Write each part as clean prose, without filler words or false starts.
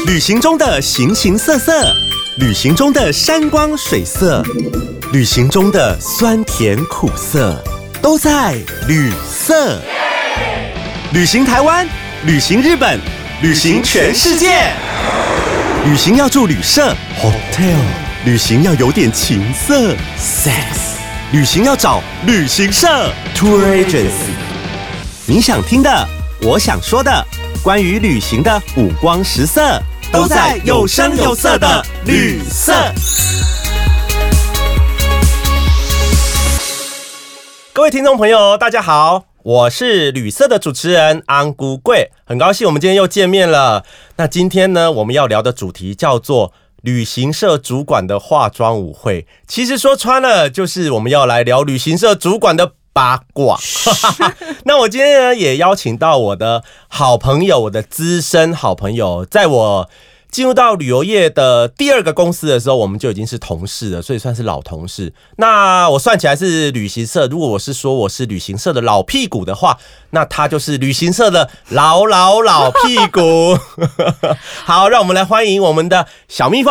旅行中的形形色色，旅行中的山光水色，旅行中的酸甜苦涩，都在旅色。旅行台湾，旅行日本，旅行全世界。旅行要住旅社 Hotel， 旅行要有点情色 Sex， 旅行要找旅行社 Tour Agency。你想听的，我想说的，关于旅行的五光十色，都在有声有色的旅色。各位听众朋友，大家好，我是旅色的主持人安菇贵，很高兴我们今天又见面了。那今天呢，我们要聊的主题叫做旅行社主管的化妆舞会。其实说穿了，就是我们要来聊旅行社主管的八卦。那我今天呢，也邀请到我的好朋友，我的资深好朋友，在我进入到旅游业的第二个公司的时候，我们就已经是同事了，所以算是老同事。那我算起来是旅行社，如果我是说我是旅行社的老屁股的话，那他就是旅行社的老屁股。好，让我们来欢迎我们的小蜜蜂。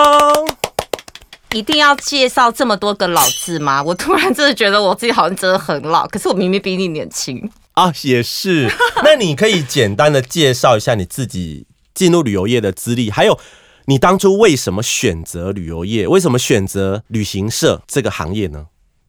一定要介绍这么多个老字吗？我突然真的觉得我自己好像真的很老，可是我明明比你年轻啊，也是。那你可以简单的介绍一下你自己进入旅游业的资历，还有你当初为什么选择旅游业，为什么选择旅行社这个行业呢？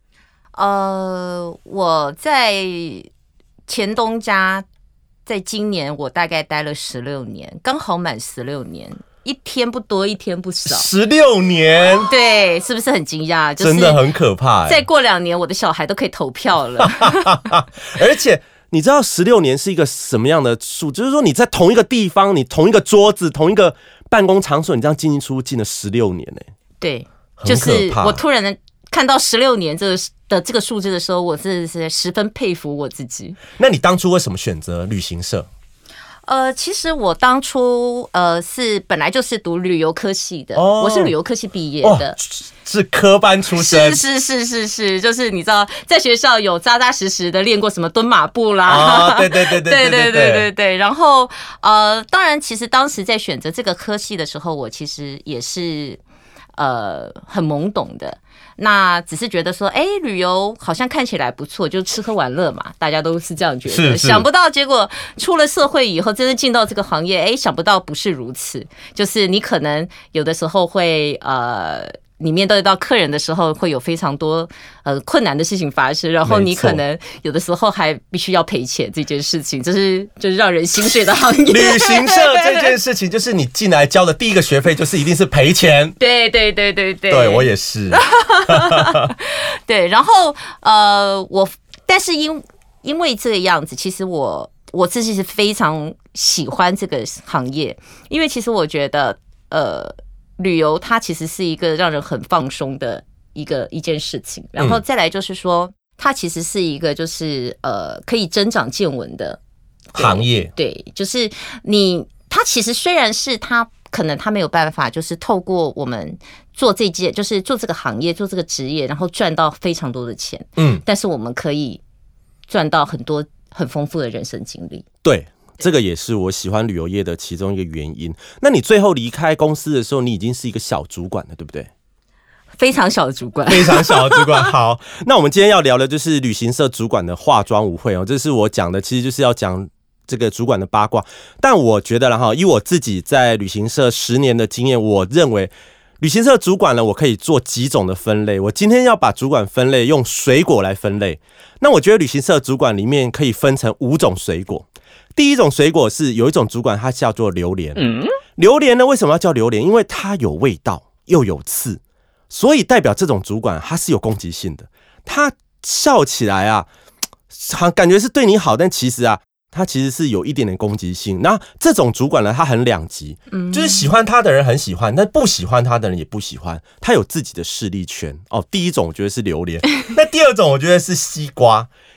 我在前东家，在今年我大概待了16年，刚好满16年。一天不多，一天不少 ，16年， 对，是不是很惊讶？ 真的很可怕。 再过2年，我的小孩都可以投票了。 而且你知道16年是一个什么样的数？就是说你在同一个地方，你同一个桌子，同一个办公场所，你这样进进出出进了16年欸。 对，就是我突然看到16年这个数字的时候，我真的是十分佩服我自己。 那你当初为什么选择旅行社？ 其实我当初是本来就是读旅游科系的，我是旅游科系毕业的， 是科班出身， 是，就是你知道，在学校有扎扎实实的练过什么蹲马步啦，对。然后当然，其实当时在选择这个科系的时候，我其实也是很懵懂的。那只是觉得说，旅游好像看起来不错，就吃喝玩乐嘛，大家都是这样觉得。是想不到结果出了社会以后，真的进到这个行业，想不到不是如此。就是你可能有的时候会你面对到客人的时候，会有非常多困难的事情发生，然后你可能有的时候还必须要赔钱这件事情，就是让人心碎的行业。 旅行社这件事情，就是你进来交的第一个学费，就是一定是赔钱。 对， 对我也是。 对，然后但是因为这个样子，其实我自己是非常喜欢这个行业，因为其实我觉得旅游它其实是一个让人很放松的一件事情，然后再来就是说，它其实是一个就是可以增长见闻的行业。 对，就是它其实虽然是它可能它没有办法，就是透过我们做就是做这个行业做这个职业，然后赚到非常多的钱，但是我们可以赚到很多很丰富的人生经历。 对。这个也是我喜欢旅游业的其中一个原因。那你最后离开公司的时候，你已经是一个小主管了，对不对？ 非常小的主管， 非常小的主管。好，那我们今天要聊的就是旅行社主管的化妆舞会哦，这是我讲的，其实就是要讲这个主管的八卦。但我觉得啦哈，以我自己在旅行社10年的经验，我认为旅行社主管呢，我可以做几种的分类。我今天要把主管分类用水果来分类。那我觉得旅行社主管里面可以分成5种水果。第一种水果是有一种主管，它叫做榴莲。榴莲呢，为什么要叫榴莲？因为它有味道又有刺，所以代表这种主管它是有攻击性的。他笑起来啊，感觉是对你好，但其实啊，他其实是有一点点攻击性。那这种主管呢，他很两极，就是喜欢他的人很喜欢，但不喜欢他的人也不喜欢，他有自己的势力圈。第一种我觉得是榴莲，那第二种我觉得是西瓜。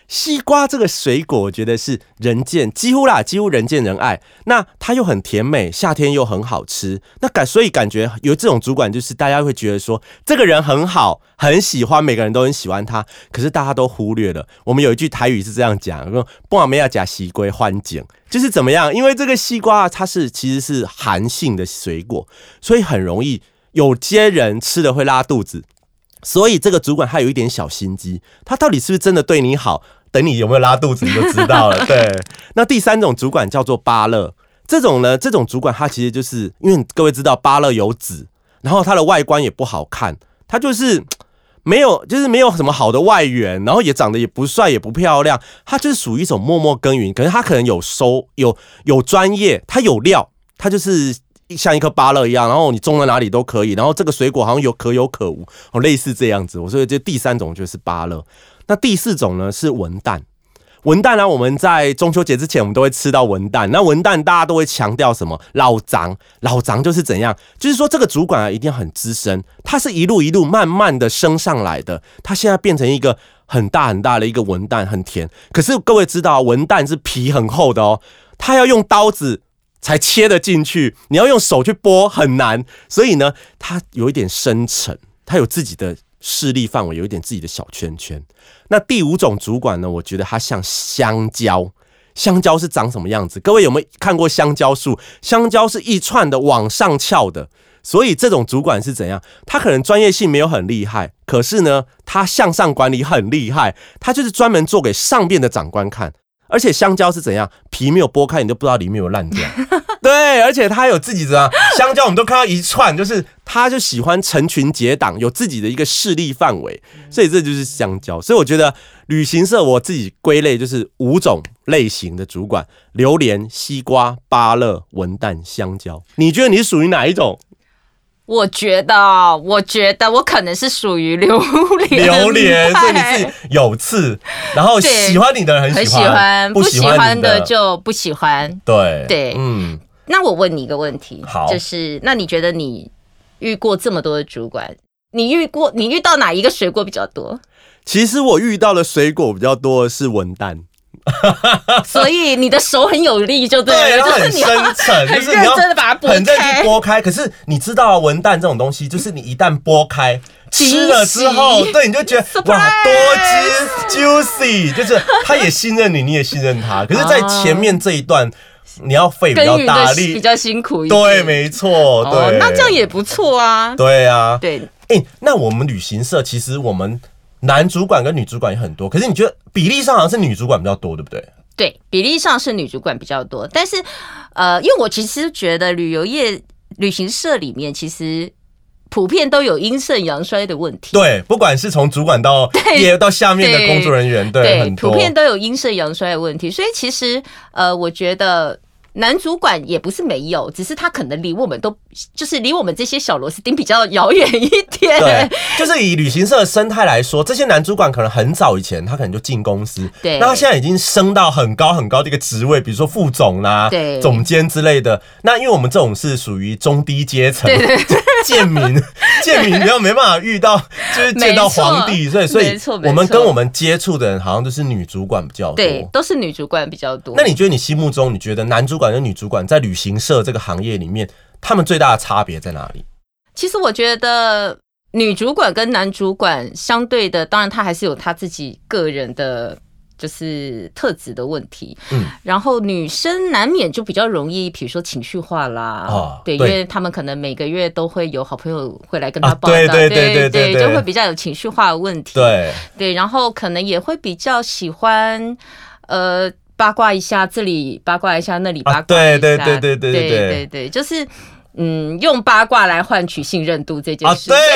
西瓜这个水果，我觉得是几乎人见人爱。那它又很甜美，夏天又很好吃。所以感觉有这种主管，就是大家会觉得说，这个人很好，很喜欢，每个人都很喜欢他。可是大家都忽略了，我们有一句台语是这样讲：不然没要夹西瓜欢景，就是怎么样？因为这个西瓜它其实是寒性的水果，所以很容易有些人吃了会拉肚子。所以这个主管他有一点小心机，他到底是不是真的对你好？等你有没有拉肚子你就知道了。对，那第三种主管叫做芭乐，这种主管他其实就是因为各位知道芭乐有籽，然后它的外观也不好看，它就是没有什么好的外缘，然后也长得也不帅也不漂亮，它就是属于一种默默耕耘，可是他可能有专业，他有料，他就是像一颗芭乐一样，然后你种在哪里都可以，然后这个水果好像可有可无，类似这样子。所以这第三种就是芭乐。那第四种呢是文旦。文旦呢，我们在中秋节之前我们都会吃到文旦。那文旦大家都会强调什么？老长就是怎样？就是说这个主管一定要很资深，他是一路慢慢的升上来的，他现在变成一个很大的一个文旦，很甜。可是各位知道，文旦是皮很厚的哦，他要用刀子才切得进去，你要用手去剥很难，所以呢，它有一点深沉，它有自己的势力范围，有一点自己的小圈圈。那第五种主管呢，我觉得它像香蕉。香蕉是长什么样子？各位有没有看过香蕉树？香蕉是一串的往上翘的，所以这种主管是怎样？他可能专业性没有很厉害，可是呢，他向上管理很厉害，他就是专门做给上面的长官看。而且香蕉是怎样？皮没有剥开，你就不知道里面有烂掉。对，而且他有自己的香蕉，我们都看到一串，就是他就喜欢成群结党，有自己的一个势力范围，所以这就是香蕉。所以我觉得旅行社我自己归类就是5种类型的主管：榴莲、西瓜、芭乐、文旦、香蕉。你觉得你是属于哪一种？ 我觉得我可能是属于榴莲， 所以你自己有刺，然后喜欢你的人很喜欢， 不喜欢的就不喜欢。 对， 那我问你一个问题， 好， 就是那你觉得你遇过这么多的主管，你遇到哪一个水果比较多？ 其实我遇到的水果比较多的是文旦。 所以你的手很有力就对了， 就是你要很认真的把它剥开， 很认真去剥开。可是你知道文旦这种东西，就是你一旦剥开吃了之后，对，你就觉得哇，多汁 juicy， 就是他也信任你，你也信任他。可是，在前面这一段，你要费比较大力， 比较辛苦一点。 对，没错，对， 那这样也不错啊。 对啊， 对。 那我们旅行社其实我们男主管跟女主管也很多，可是你觉得比例上好像是女主管比较多，对不对？ 对，比例上是女主管比较多，但是因为我其实觉得旅行社里面其实普遍都有阴盛阳衰的问题。 对，不管是从主管到下面的工作人员，对，很多普遍都有阴盛阳衰的问题，所以其实我觉得男主管也不是没有，只是他可能离我们这些小螺丝钉比较遥远一点。 对，就是以旅行社的生态来说，这些男主管可能很早以前他可能就进公司， 对， 那他现在已经升到很高很高的一个职位，比如说副总啦、总监之类的。那因为我们这种是属于中低阶层，贱民比较没办法遇到，就是见到皇帝，所以我们跟我们接触的人好像都是女主管比较多， 对，都是女主管比较多。 那你觉得你心目中，你觉得男主管跟女主管在旅行社这个行业里面，他们最大的差别在哪里？ 其实我觉得女主管跟男主管相对的，当然他还是有他自己个人的就是特质的问题，然后女生难免就比较容易比如说情绪化啦，对，因为他们可能每个月都会有好朋友会来跟他报道，对，就会比较有情绪化的问题，对，然后可能也会比较喜欢八卦一下这里，八卦一下那里，八卦一下，对，就是用八卦来换取信任度这件事。 对，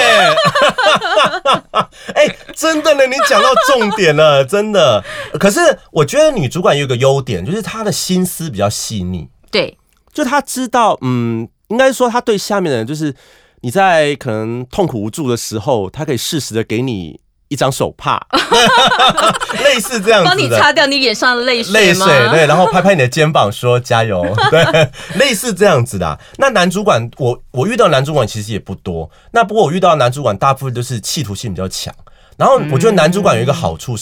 真的呢，你讲到重点了，真的。可是我觉得女主管有一个优点，就是她的心思比较细腻。 对， 就她知道，应该说她对下面的人，就是你在可能痛苦无助的时候，她可以适时的给你一张手帕，类似这样子的， 帮你擦掉你脸上的泪水吗？ 对，然后拍拍你的肩膀说加油，对，类似这样子的。那男主管，我遇到的男主管其实也不多，那不过我遇到的男主管大部分都是企图性比较强。然后我觉得男主管有一个好处是，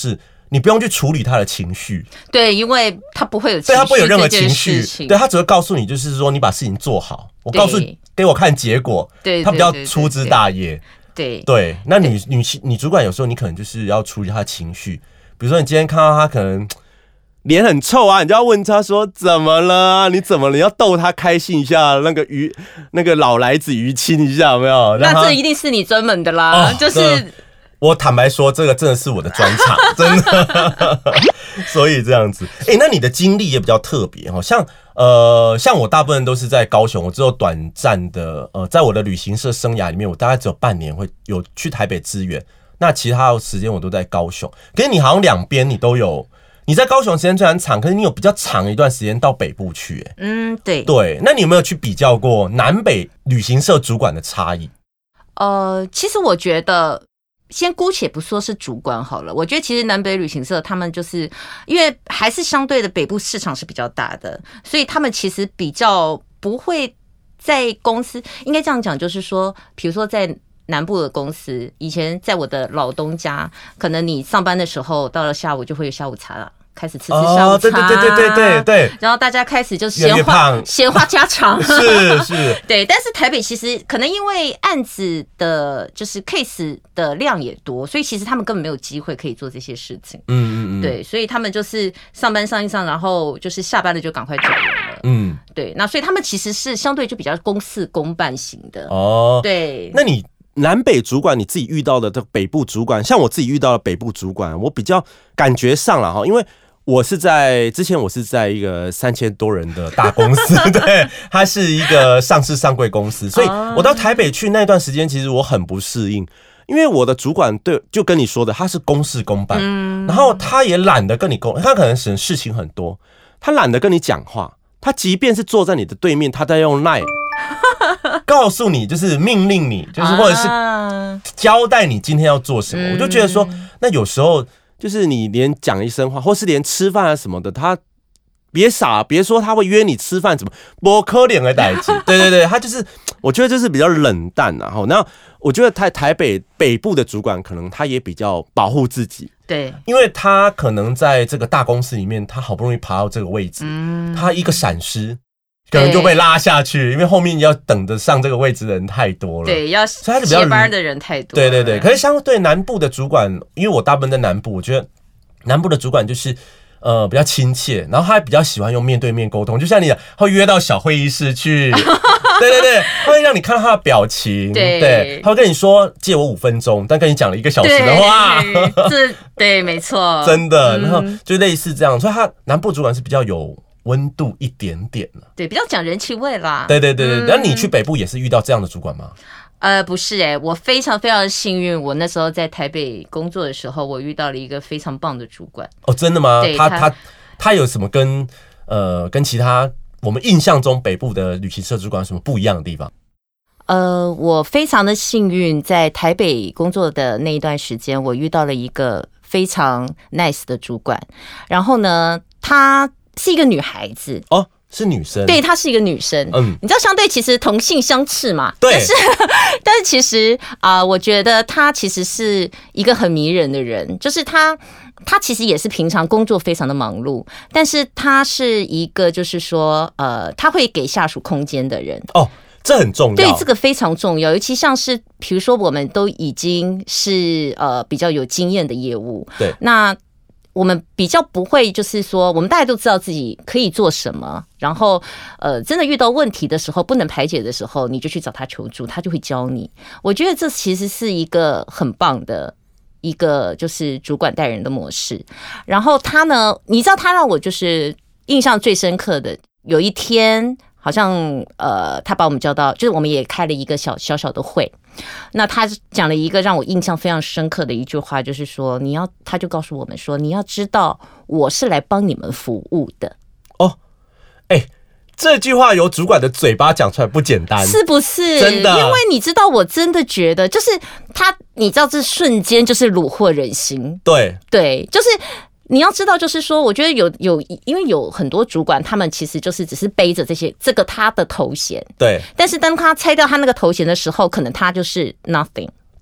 你不用去处理他的情绪， 对，因为他不会有情绪， 对，他不会有任何情绪，对，他只会告诉你，就是说你把事情做好，我告诉你，给我看结果， 对， 他比较粗枝大叶， 对， 那女主管有时候你可能就是要处理他的情绪，比如说你今天看到他可能脸很臭啊，你就要问他说怎么了？你怎么了？你要逗他开心一下，那个老来子于亲一下，有没有？ 那这一定是你专门的啦，就是。 我坦白说，这个真的是我的专长，真的。所以这样子，那你的经历也比较特别哈，像我大部分都是在高雄，我只有短暂的在我的旅行社生涯里面，我大概只有半年会有去台北支援，那其他的时间我都在高雄。可是你好像两边你都有，你在高雄时间虽然长，可是你有比较长一段时间到北部去，对。那你有没有去比较过南北旅行社主管的差异？ 其实我觉得。先姑且不说是主管好了，我觉得其实南北旅行社他们就是因为还是相对的北部市场是比较大的，所以他们其实比较不会在公司，应该这样讲，就是说，比如说在南部的公司，以前在我的老东家，可能你上班的时候到了下午就会有下午茶了。开始吃下午茶， 对， 然后大家开始就闲话家常， 是， 对。但是台北其实可能因为案子的，就是 case 的量也多，所以其实他们根本没有机会可以做这些事情，对，所以他们就是上班上一上，然后就是下班了就赶快走人了，对。那所以他们其实是相对就比较公事公办型的，对。 那你南北主管你自己遇到的北部主管，像我自己遇到的北部主管，我比较感觉上了哈，因为。之前我是在一个3000多人的大公司，对，它是一个上市上柜公司，所以我到台北去那段时间，其实我很不适应，因为我的主管就跟你说的，他是公事公办，然后他也懒得跟你他可能事情很多，他懒得跟你讲话，他即便是坐在你的对面，他在用 LINE 告诉你，就是命令你，就是或者是交代你今天要做什么，我就觉得说，那有时候。就是你连讲一声话，或是连吃饭啊什么的，他别傻，别说他会约你吃饭，怎么不可怜的代志？对，他就是，我觉得就是比较冷淡啊。那我觉得台北部的主管可能他也比较保护自己， 对， 因为他可能在这个大公司里面，他好不容易爬到这个位置，他一个闪失。可能就被拉下去，因为后面要等得上这个位置的人太多了， 对，要接班的人太多了， 对。可是相对南部的主管，因为我大部分在南部，我觉得南部的主管就是比较亲切，然后他比较喜欢用面对面沟通，就像你他会约到小会议室去，对，他会让你看到他的表情，对，他会跟你说借我5分钟，但跟你讲了1个小时的话， 对，没错， 真的，然后就类似这样，所以他南部主管是比较有。温度一点点了， 对，比较讲人情味啦。 对。那你去北部也是遇到这样的主管吗？ 不是我非常非常幸运，我那时候在台北工作的时候，我遇到了一个非常棒的主管。 哦，真的吗？他有什么跟其他我们印象中北部的旅行社主管有什么不一样的地方？ 我非常的幸运，在台北工作的那一段时间，我遇到了一个非常 nice 的主管。然后呢，她是一个女孩子哦，是女生， 对，她是一个女生。你知道，相对其实同性相斥嘛， 对。 但是其实我觉得她其实是一个很迷人的人，就是她其实也是平常工作非常的忙碌，但是她是一个就是说她会给下属空间的人哦。这很重要， 对，这个非常重要，尤其像是比如说我们都已经是比较有经验的业务， 对， 那我们比较不会就是说，我们大家都知道自己可以做什么，然后真的遇到问题的时候，不能排解的时候，你就去找他求助，他就会教你。我觉得这其实是一个很棒的一个就是主管带人的模式。然后他呢，你知道他让我就是印象最深刻的，有一天。好像他把我们叫到，就是我们也开了一个小的会。那他讲了一个让我印象非常深刻的一句话，就是说他就告诉我们说，你要知道我是来帮你们服务的。 哦，这句话由主管的嘴巴讲出来不简单， 是不是？ 真的， 因为你知道，我真的觉得就是你知道这瞬间就是虏获人心。对，就是。你要知道，就是说，我觉得因为有很多主管，他们其实就是只是背着这个他的头衔， 对。 但是当他拆掉他那个头衔的时候，可能他就是 nothing，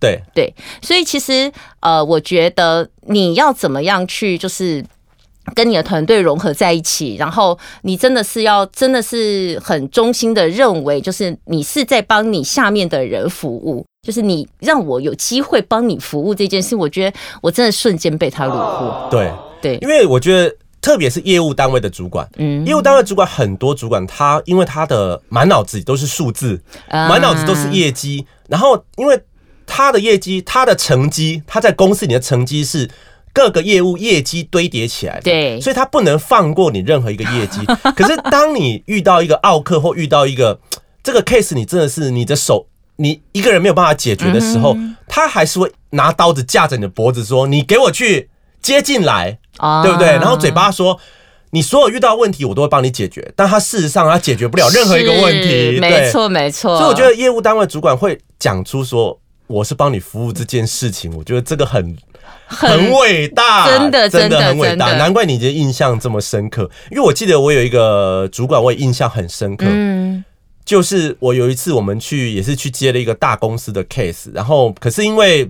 对，所以其实我觉得你要怎么样去就是跟你的团队融合在一起，然后你真的是很衷心的认为，就是你是在帮你下面的人服务，就是你让我有机会帮你服务这件事，我觉得我真的瞬间被他虏获。对， 因为我觉得特别是业务单位的主管，业务单位主管很多主管他因为他的满脑子都是数字，满脑子都是业绩，然后因为他的业绩，他的成绩，他在公司里的成绩是各个业务业绩堆叠起来的， 对， 所以他不能放过你任何一个业绩。可是当你遇到一个奥客或遇到一个这个 case， 你真的是你的手，你一个人没有办法解决的时候，他还是会拿刀子架着你的脖子说：“你给我去接进来，对不对？”然后嘴巴说：“你所有遇到的问题，我都会帮你解决。”但他事实上他解决不了任何一个问题， 没错没错。 所以我觉得业务单位主管会讲出说：“我是帮你服务这件事情。”我觉得这个很伟大，真的很伟大，难怪你的印象这么深刻。因为我记得我有一个主管，我也印象很深刻。就是我有一次我们也是去接了一个大公司的 case， 然后可是因为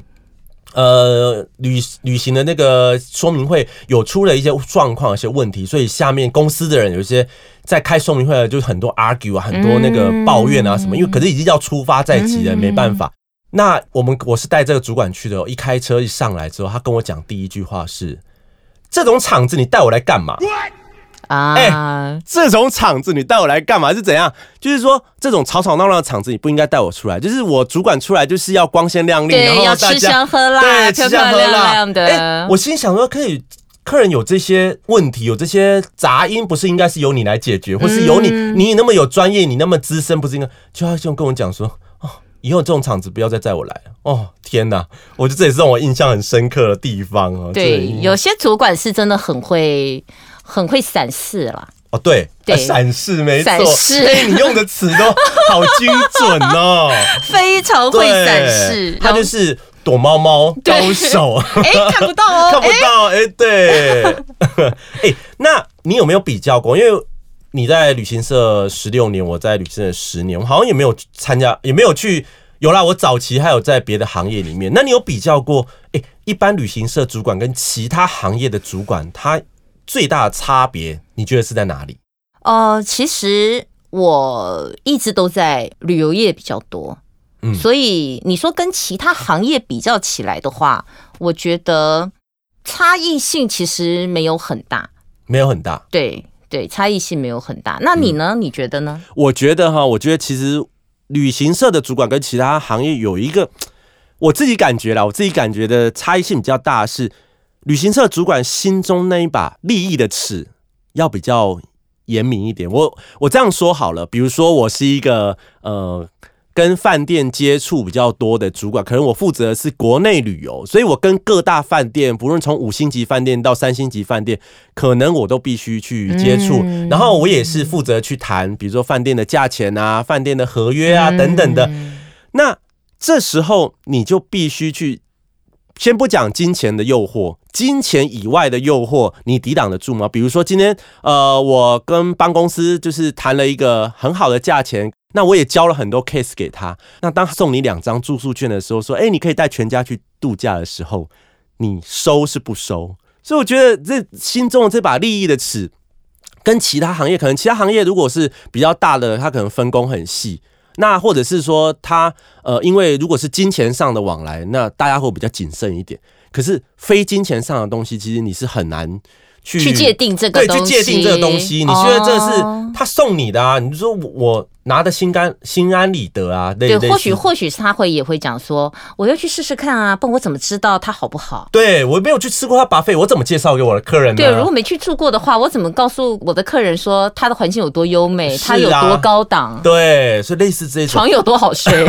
旅行的那个说明会有出了一些状况、一些问题，所以下面公司的人有一些在开说明会的，就是很多 argue 啊，很多那个抱怨啊什么，因为可是已经要出发在即了，没办法。那我是带这个主管去的，一开车一上来之后，他跟我讲第一句话是：“这种场子你带我来干嘛？”这种场子你带我来干嘛？是怎样？就是说这种吵吵闹闹的场子你不应该带我出来，就是我主管出来就是要光鲜亮丽，然后要吃香喝辣， 对， 漂漂亮亮的。 我心想说，客人有这些问题，有这些杂音，不是应该是由你来解决，或是由你那么有专业，你那么资深，不是应该？就他就跟我讲说，以后这种场子不要再载我来了。天哪！我觉得这也是让我印象很深刻的地方哦。 对，有些主管是真的很会闪示啦。 对，闪示没错， 闪示， 你用的词都好精准哦， 非常会闪示。 他就是躲猫猫高手， 看不到哦， 看不到，对。那你有没有比较过？因为你在旅行社16年，我在旅行社10年，我好像也没有参加，也没有去。有啦，我早期还有在别的行业里面。那你有比较过？一般旅行社主管跟其他行业的主管，他最大的差别，你觉得是在哪里？ 其实我一直都在旅游业比较多，所以你说跟其他行业比较起来的话，我觉得差异性其实没有很大， 没有很大。 对，差异性没有很大。那你呢？你觉得呢？ 我觉得其实旅行社的主管跟其他行业有一个我自己感觉的差异性比较大的是，旅行社主管心中那一把利益的尺要比较严明一点。我这样说好了，比如说我是一个跟饭店接触比较多的主管，可能我负责的是国内旅游，所以我跟各大饭店，不论从5星级饭店到3星级饭店，可能我都必须去接触。然后我也是负责去谈，比如说饭店的价钱啊、饭店的合约啊等等的。那这时候你就必须去，先不讲金钱的诱惑，金钱以外的诱惑，你抵挡得住吗？比如说今天我跟帮公司就是谈了一个很好的价钱。那我也交了很多 case 给他。那当送你2张住宿券的时候，说，你可以带全家去度假的时候，你收是不收？所以我觉得这心中的这把利益的尺，跟其他行业可能其他行业如果是比较大的，他可能分工很细。那或者是说他因为如果是金钱上的往来，那大家会比较谨慎一点。可是非金钱上的东西，其实你是很难去界定这个东西， 对，去界定这个东西。你觉得这是他送你的啊？你就说我拿的心安理得啊。 对，或许他也会讲说，我要去试试看啊，不然我怎么知道它好不好？ 对，我没有去吃过他 buffet， 我怎么介绍给我的客人呢？ 对，如果没去住过的话，我怎么告诉我的客人说他的环境有多优美，他有多高档？ 对，所以类似这种床有多好睡。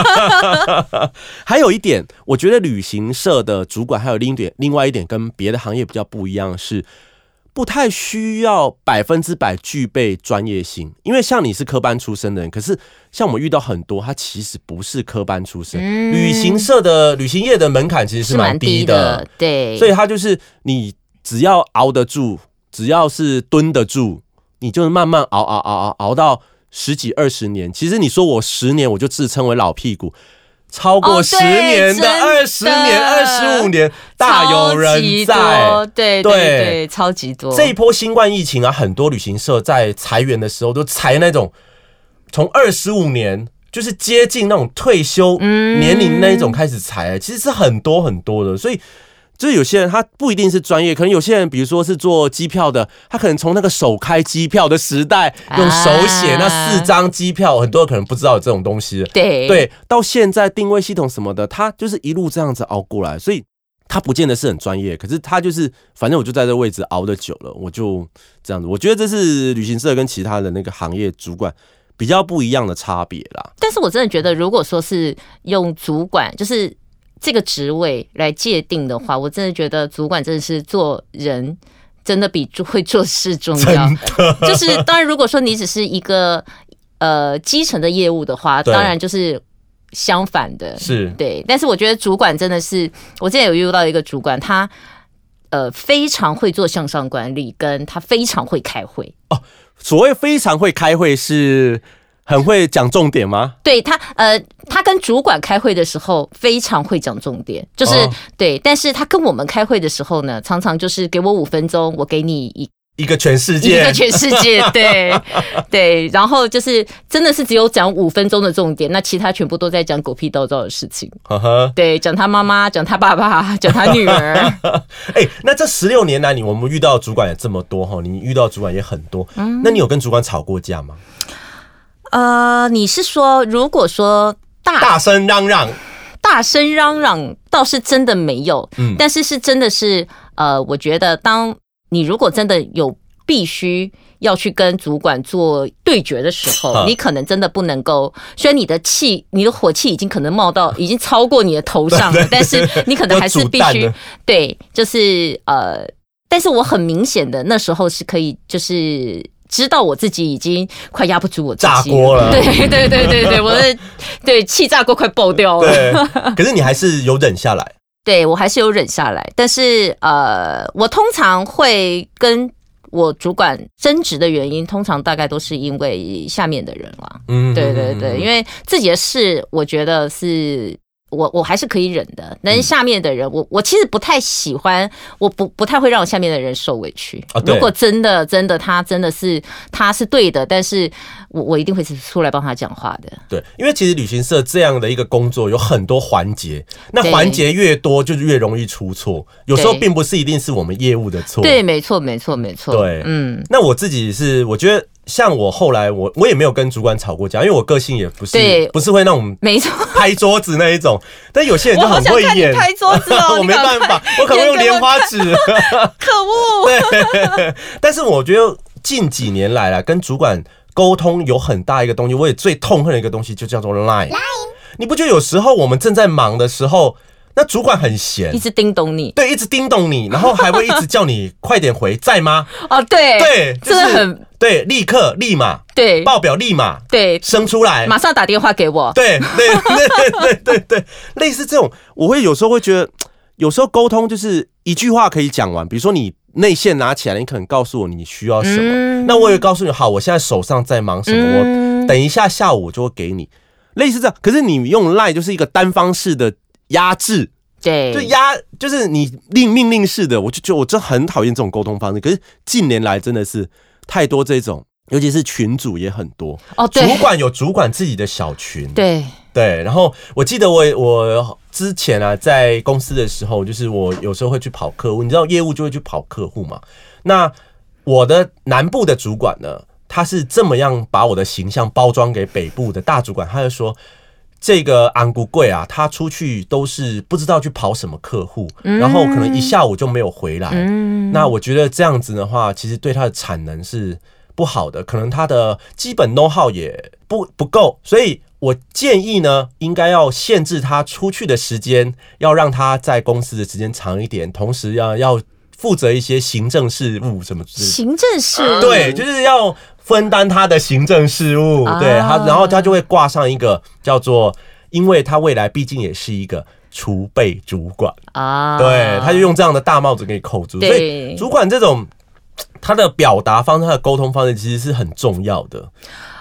还有一点，我觉得旅行社的主管还有另外一点跟别的行业比较不一样的是，不太需要100%具备专业性，因为像你是科班出身的人，可是像我们遇到很多他其实不是科班出身，旅行社的旅行业的门槛其实是蛮低的， 对， 所以他就是你只要熬得住，只要是蹲得住，你就慢慢熬到10几20年。其实你说我10年我就自称为老屁股， 超过10年的、20年、25年，大有人在。 对，超级多。 这一波新冠疫情啊，很多旅行社在裁员的时候都裁那种从25年。就是接近那种退休年龄那一种开始裁，其实是很多很多的，所以就是有些人他不一定是专业，可能有些人比如说是做机票的，他可能从那个手开机票的时代，用手写那4张机票，很多人可能不知道有这种东西。对，到现在定位系统什么的，他就是一路这样子熬过来，所以他不见得是很专业，可是他就是反正我就在这位置熬得久了，我就这样子。我觉得这是旅行社跟其他的那个行业主管比较不一样的差别啦。 但是我真的觉得，如果说是用主管，就是这个职位来界定的话，我真的觉得主管真的是做人真的比会做事重要。就是当然，如果说你只是一个基层的业务的话，当然就是相反的， 是对。 但是我觉得主管真的是，我之前有遇到一个主管，他非常会做向上管理，跟他非常会开会。 哦，所谓非常会开会是很会讲重点吗？ 对，他跟主管开会的时候非常会讲重点，就是对。但是他跟我们开会的时候呢，常常就是给我5分钟，我给你一个全世界，对，然后就是真的是只有讲5分钟的重点，那其他全部都在讲狗屁倒灶的事情。对，讲他妈妈，讲他爸爸，讲他女儿。 那这16年来，我们遇到的主管也这么多哈，你遇到的主管也很多，那你有跟主管吵过架吗？ 你是说如果说大声嚷嚷？ 大声嚷嚷倒是真的没有，但是真的是我觉得当你如果真的有必须要去跟主管做对决的时候，你可能真的不能够，虽然你的火气已经可能冒到已经超过你的头上了，但是你可能还是必须对，就是但是我很明显的那时候是可以就是知道我自己已经快压不住我自己， 炸锅了。 对，我的气炸锅快爆掉了。 对，可是你还是有忍下来。 对，我还是有忍下来，但是我通常会跟我主管争执的原因，通常大概都是因为下面的人啦。对，因为自己的事，我觉得是我还是可以忍的，但是下面的人，我其实不太喜欢，我不太会让我下面的人受委屈。如果真的他是对的，但是我一定会出来帮他讲话的。 对，因为其实旅行社这样的一个工作有很多环节，那环节越多就越容易出错，有时候并不是一定是我们业务的错。 对，没错。 对，那我自己是我觉得。像我后来我也没有跟主管吵过架，因为我个性也不是会那种没错拍桌子那一种，但有些人就很会演。我好想看你拍桌子哦， 我没办法，我可能用莲花指。 可恶！ 对，但是我觉得近几年来啦，跟主管沟通有很大一个东西，我也最痛恨的一个东西就叫做 Line。你不觉得有时候我们正在忙的时候？那主管很闲， 一直叮咚你， 对，一直叮咚你，然后还会一直叫你快点回，在吗？ 对， 就是、真的很对，立刻立马对报表立马对生出来， 马上打电话给我。 对，类似这种，我会有时候会觉得，有时候沟通就是一句话可以讲完，比如说你内线拿起来，你可能告诉我你需要什么，那我也告诉你，好，我现在手上在忙什么，我等一下下午我就会给你，类似这样。可是你用 LINE 就是一个单方式的。压制， 对， 就是你命令式的，我就觉得我真很讨厌这种沟通方式。可是近年来真的是太多这种，尤其是群组也很多。主管有主管自己的小群，对。然后我记得我之前啊在公司的时候，就是我有时候会去跑客户，你知道业务就会去跑客户嘛。那我的南部的主管呢，他是这么样把我的形象包装给北部的大主管，他就说。这个安谷贵啊，他出去都是不知道去跑什么客户，然后可能一下午就没有回来。那我觉得这样子的话，其实对他的产能是不好的，可能他的基本 know how 也不够，所以我建议呢，应该要限制他出去的时间，要让他在公司的时间长一点，同时要负责一些行政事务什么之类的。 行政事务， 对，就是要。分担他的行政事务，对他，然后他就会挂上一个叫做，因为他未来毕竟也是一个储备主管啊，对，他就用这样的大帽子给你扣住。所以主管这种他的表达方式、他的沟通方式其实是很重要的。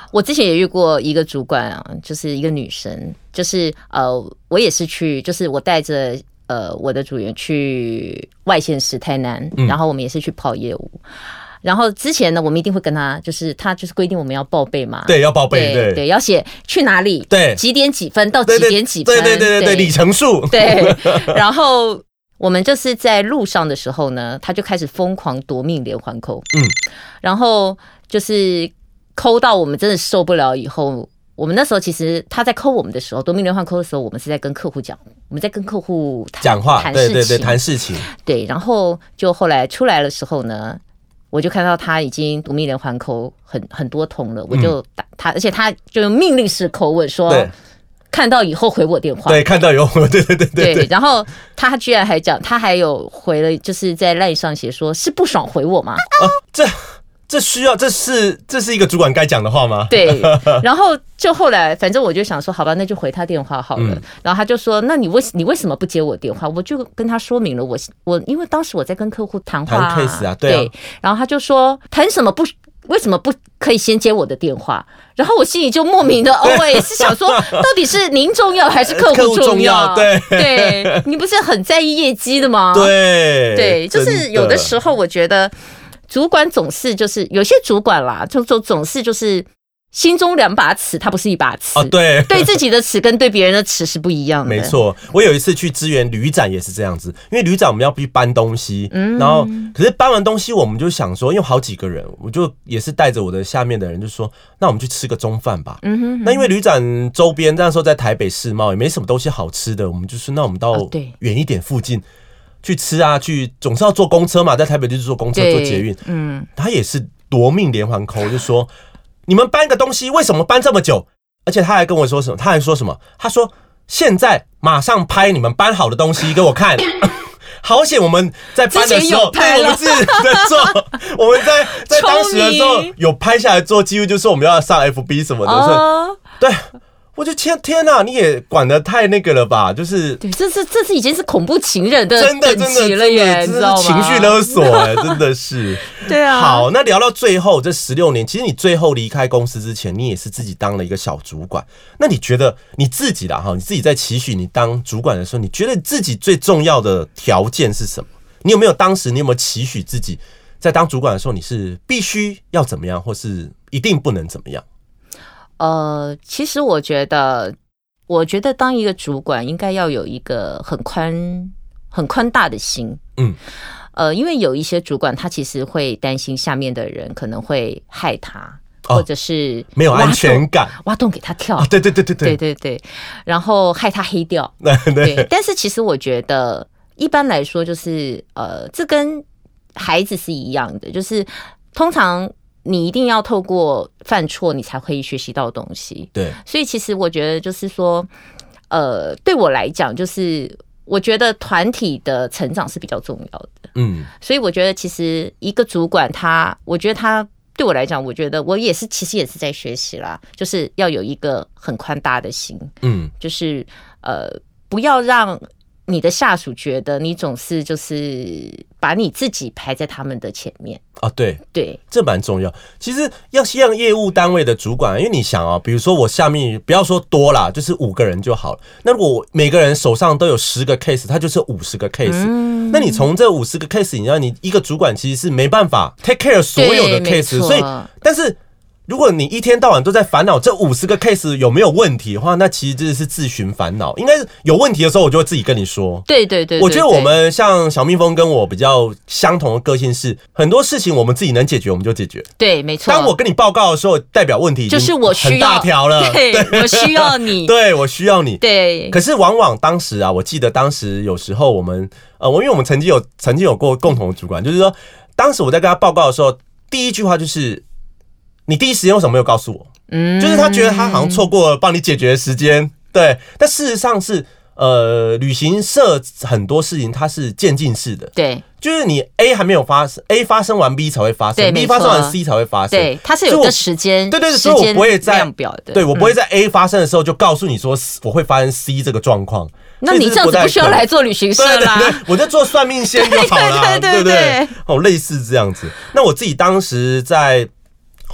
我之前也遇过一个主管啊，就是一个女生，就是我也是去，就是我带着我的组员去外县市台南，然后我们也是去跑业务。然后之前呢，我们一定会跟他，就是他就是规定我们要报备嘛， 对，要报备， 对，要写去哪里， 对， 几点几分到几点几分， 对，里程数， 对。然后我们就是在路上的时候呢，他就开始疯狂夺命连环扣，然后就是扣到我们真的受不了以后。我们那时候其实他在扣我们的时候，夺命连环扣的时候，我们是在跟客户讲，我们在跟客户讲话， 谈事情， 对，谈事情。 对，然后就后来出来的时候呢，我就看到他已经夺命连环扣很多通了，我就打他，而且他就用命令式口吻说，看到以后回我电话。对， 看到以后，对。 然后他居然还讲，他还有回了，就是在LINE上写说，是不爽回我吗？ 这需要，这是一个主管该讲的话吗？ 对，然后就后来，反正我就想说，好吧，那就回他电话好了。然后他就说，那你为什么不接我电话？我就跟他说明了，我因为当时我在跟客户谈话谈 case 啊，对。 然后他就说，谈什么不？为什么不可以先接我的电话？然后我心里就莫名的是想说，到底是您重要还是客户重要？对，你不是很在意业绩的吗？对，就是有的时候我觉得。主管总是就是有些主管啦，就总是就是心中两把尺，他不是一把尺。 对自己的尺跟对别人的尺是不一样的。 没错，我有一次去支援旅展也是这样子，因为旅展我们要去搬东西，然后可是搬完东西我们就想说，因为好几个人，我就也是带着我的下面的人就说，那我们去吃个中饭吧。那因为旅展周边那时候在台北世贸也没什么东西好吃的，我们就说那我们到远一点附近。去吃啊，总是要坐公车嘛，在台北就是坐公车坐捷运，他也是夺命连环扣，就说你们搬个东西为什么搬这么久？而且他还跟我说什么？他说现在马上拍你们搬好的东西给我看。好险我们在搬的时候，对，我们自己在做，我们在当时的时候有拍下来做，几乎就是我们要上 FB 什么的，对。我就天哪，你也管得太那个了吧？就是对，这是已经是恐怖情人的等级了耶，你知道吗？ 情绪勒索真的是。 对啊。 好，那聊到最后这16年，其实你最后离开公司之前，你也是自己当了一个小主管。那你觉得你自己啦，你自己在期许你当主管的时候，你觉得自己最重要的条件是什么？你有没有期许自己在当主管的时候，你是必须要怎么样，或是一定不能怎么样？ 其实我觉得当一个主管应该要有一个很宽大的心，因为有一些主管他其实会担心下面的人可能会害他，或者是没有安全感， 挖洞给他跳，对，然后害他黑掉，对。但是其实我觉得一般来说就是这跟孩子是一样的，就是通常。你一定要透过犯错，你才可以学习到东西。 对， 所以其实我觉得就是说，对我来讲，就是我觉得团体的成长是比较重要的。所以我觉得其实一个主管我觉得他对我来讲，我觉得我其实也是在学习啦，就是要有一个很宽大的心。就是不要让你的下属觉得你总是就是把你自己排在他们的前面啊，对，这蛮重要。其实要像业务单位的主管，因为你想啊，比如说我下面不要说多啦，就是5个人就好了。那如果每个人手上都有10个 case， 他就是50个 case。那你从这50个 case， 你知道你一个主管其实是没办法 take care 所有的 case， 所以但是。如果你一天到晚都在烦恼这50个 case 有没有问题的话，那其实这是自寻烦恼。应该有问题的时候，我就会自己跟你说。 对， 我觉得我们像小蜜蜂跟我比较相同的个性是，很多事情我们自己能解决，我们就解决。 对，没错。 当我跟你报告的时候，代表问题就是我需要很大条了。 对，我需要你。 对，我需要你。 对。 可是往往当时啊，我记得当时有时候我们因为我们曾经有过共同的主管，就是说，当时我在跟他报告的时候，第一句话就是。你第一时间为什么没有告诉我？就是他觉得他好像错过了帮你解决的时间，对。但事实上是，旅行社很多事情它是渐进式的， 对。 就是你 A 还没有发生 ，A 发生完 B 才会发生 ，B 发生完 C 才会发生， 对，它是有个时间， 对，所以我不会在量表的， 对我不会在 A 发生的时候就告诉你说我会发生 C 这个状况。 那你这样子不需要来做旅行社啦， 对，我就做算命先就好了，对不对？类似这样子。那我自己当时在。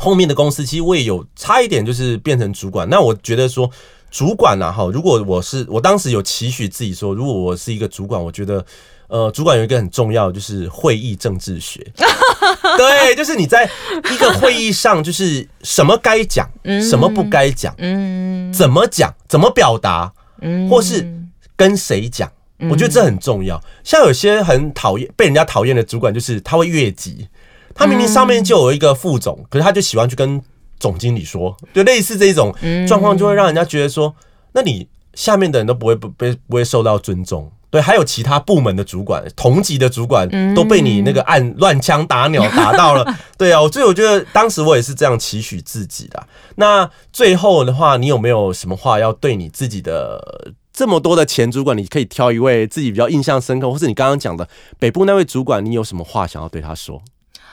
后面的公司其实我也有差一点就是变成主管。那我觉得说主管啊，如果我当时有期许自己说，如果我是一个主管，我觉得主管有一个很重要的就是会议政治学。对，就是你在一个会议上，就是什么该讲，什么不该讲，怎么讲，怎么表达，或是跟谁讲，我觉得这很重要。像有些很讨厌被人家讨厌的主管，就是他会越级，他明明上面就有一个副总，可是他就喜欢去跟总经理说，就类似这种状况，就会让人家觉得说，那你下面的人都不会受到尊重。对，还有其他部门的主管、同级的主管都被你那个按乱枪打鸟打到了。对啊，所以我觉得当时我也是这样期许自己的。那最后的话，你有没有什么话要对你自己的这么多的前主管，你可以挑一位自己比较印象深刻，或是你刚刚讲的北部那位主管，你有什么话想要对他说？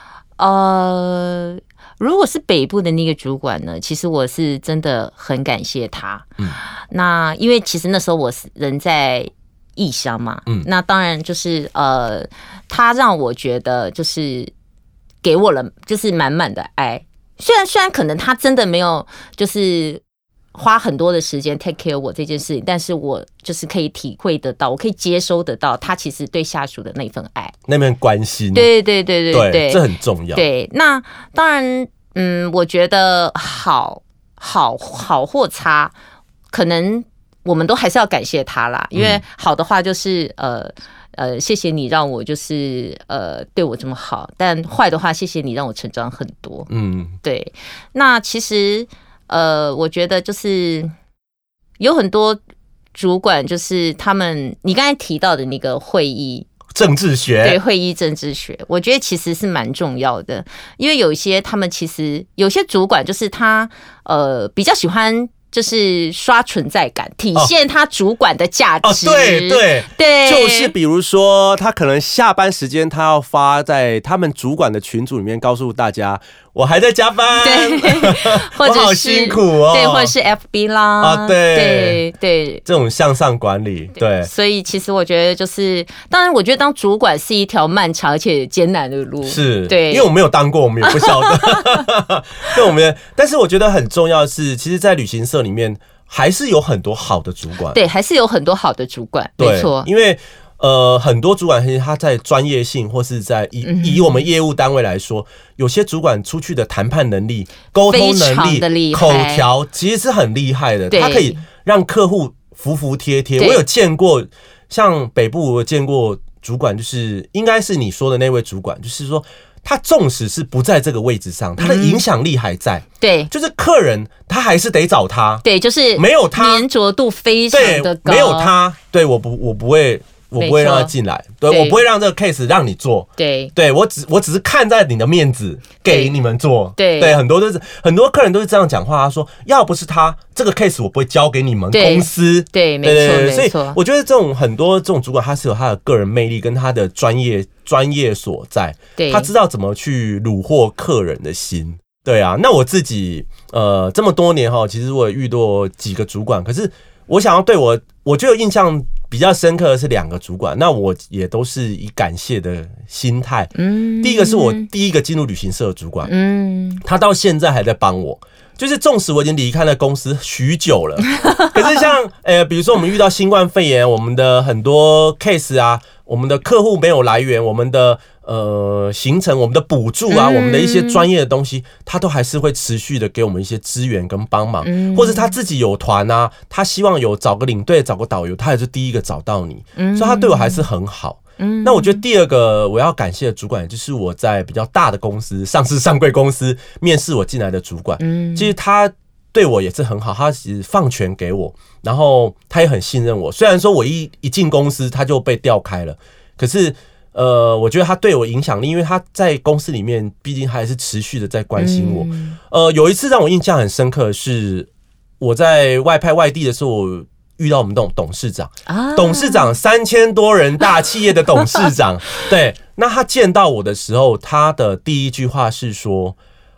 如果是北部的那个主管呢，其实我是真的很感谢他。那因为其实那时候我人在异乡嘛，那当然就是他让我觉得就是给我了就是满满的爱。虽然可能他真的没有就是花很多的时间 take care 我这件事情，但是我就是可以体会得到，我可以接收得到他其实对下属的那份爱， 那份关心。 对， 这很重要。 对，那当然，我觉得好或差，可能我们都还是要感谢他啦，因为好的话就是谢谢你让我就是对我这么好，但坏的话谢谢你让我成长很多。对。那其实我觉得就是有很多主管，就是他们你刚才提到的那个会议政治学， 对，会议政治学，我觉得其实是蛮重要的，因为有一些他们其实有些主管就是他比较喜欢就是刷存在感，体现他主管的价值。 对，就是比如说他可能下班时间他要发在他们主管的群组里面告诉大家我还在加班， 对，或者是我好辛苦哦， 对，或者是 FB 啦，对， 这种向上管理，对。 所以其实我觉得就是，当然我觉得当主管是一条漫长而且艰难的路， 是， 对， 因为我没有当过，我们也不晓得。对，但是我觉得很重要的是，其实，在旅行社里面还是有很多好的主管， 对，还是有很多好的主管，没错， 因为。很多主管其实他在专业性或是在以我们业务单位来说，有些主管出去的谈判能力、沟通能力、口条其实是很厉害的，他可以让客户服服帖帖。我有见过，像北部我有见过主管，就是应该是你说的那位主管，就是说他纵使是不在这个位置上，他的影响力还在。对，就是客人他还是得找他。对，就是没有他粘着度非常的高。没有他，对我不会让他进来，对，我不会让这个 case 让你做，对，我只是看在你的面子给你们做，对，很多客人都是这样讲话，他说要不是他这个 case 我不会交给你们公司，对，没错，所以我觉得很多这种主管他是有他的个人魅力跟他的专业所在，他知道怎么去虏获客人的心。对啊，那我自己这么多年其实我也遇到几个主管，可是我想要对我觉得印象比较深刻的是2个主管，那我也都是以感谢的心态。第一个是我第一个进入旅行社的主管，他到现在还在帮我。就是纵使我已经离开了公司许久了，可是像比如说我们遇到新冠肺炎，我们的很多 case 啊，我们的客户没有来源，我们的行程，我们的补助啊，我们的一些专业的东西，他都还是会持续的给我们一些资源跟帮忙，或是他自己有团啊，他希望有找个领队，找个导游，他也是第一个找到你，所以他对我还是很好。那我觉得第2个我要感谢的主管，就是我在比较大的公司、上市上柜公司面试我进来的主管，其实他对我也是很好，他其实放权给我，然后他也很信任我。虽然说我一进公司他就被调开了，可是我觉得他对我影响力，因为他在公司里面毕竟还是持续的在关心我。有一次让我印象很深刻的是，我在外派外地的时候，我遇到我们董事长，董事长3000多人大企业的董事长，对，那他见到我的时候，他的第一句话是说：“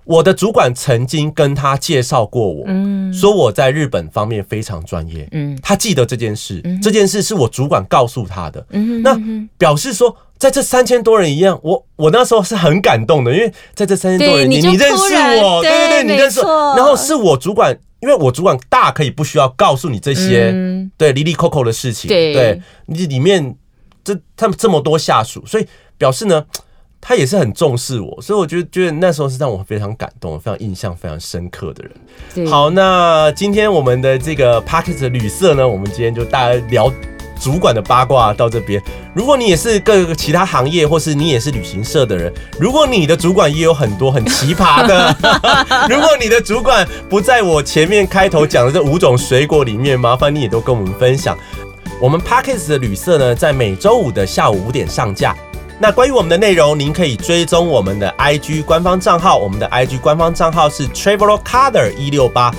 我的主管曾经跟他介绍过我，说我在日本方面非常专业，他记得这件事，这件事是我主管告诉他的，那表示说在这3000多人一样，我那时候是很感动的，因为在这3000多人，你认识我，对，你认识我，然后是我主管，因为我主管大可以不需要告诉你这些，对哩哩扣扣的事情，对，你里面他们这么多下属，所以表示呢，他也是很重视我，所以我觉得那时候是让我非常感动、非常印象非常深刻的人。好，那今天我们的这个 Podcast 的旅社呢，我们今天就大家聊主管的八卦到这边。如果你也是各个其他行业，或是你也是旅行社的人，如果你的主管也有很多很奇葩的，如果你的主管不在我前面开头讲的这5种水果里面，麻烦你也都跟我们分享。我们 Podcast 的旅社呢，在每周5的下午5点上架。那关于我们的内容，您可以追踪我们的 IG 官方账号，我们的 IG 官方账号是 Travelocolour168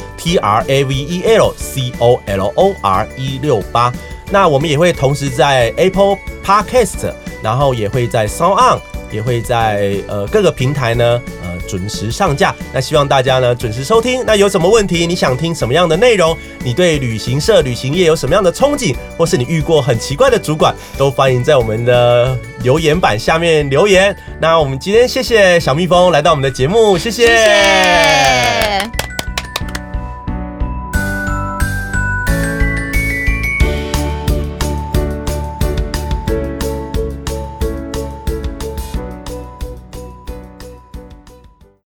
TRAVELOCOLOR168。那我们也会同时在 Apple Podcast， 然后也会在 SoundOn， 也会在各个平台呢准时上架。那希望大家呢准时收听。那有什么问题，你想听什么样的内容，你对旅行社、旅行业有什么样的憧憬，或是你遇过很奇怪的主管，都欢迎在我们的留言板下面留言。那我们今天谢谢小蜜蜂来到我们的节目，谢谢。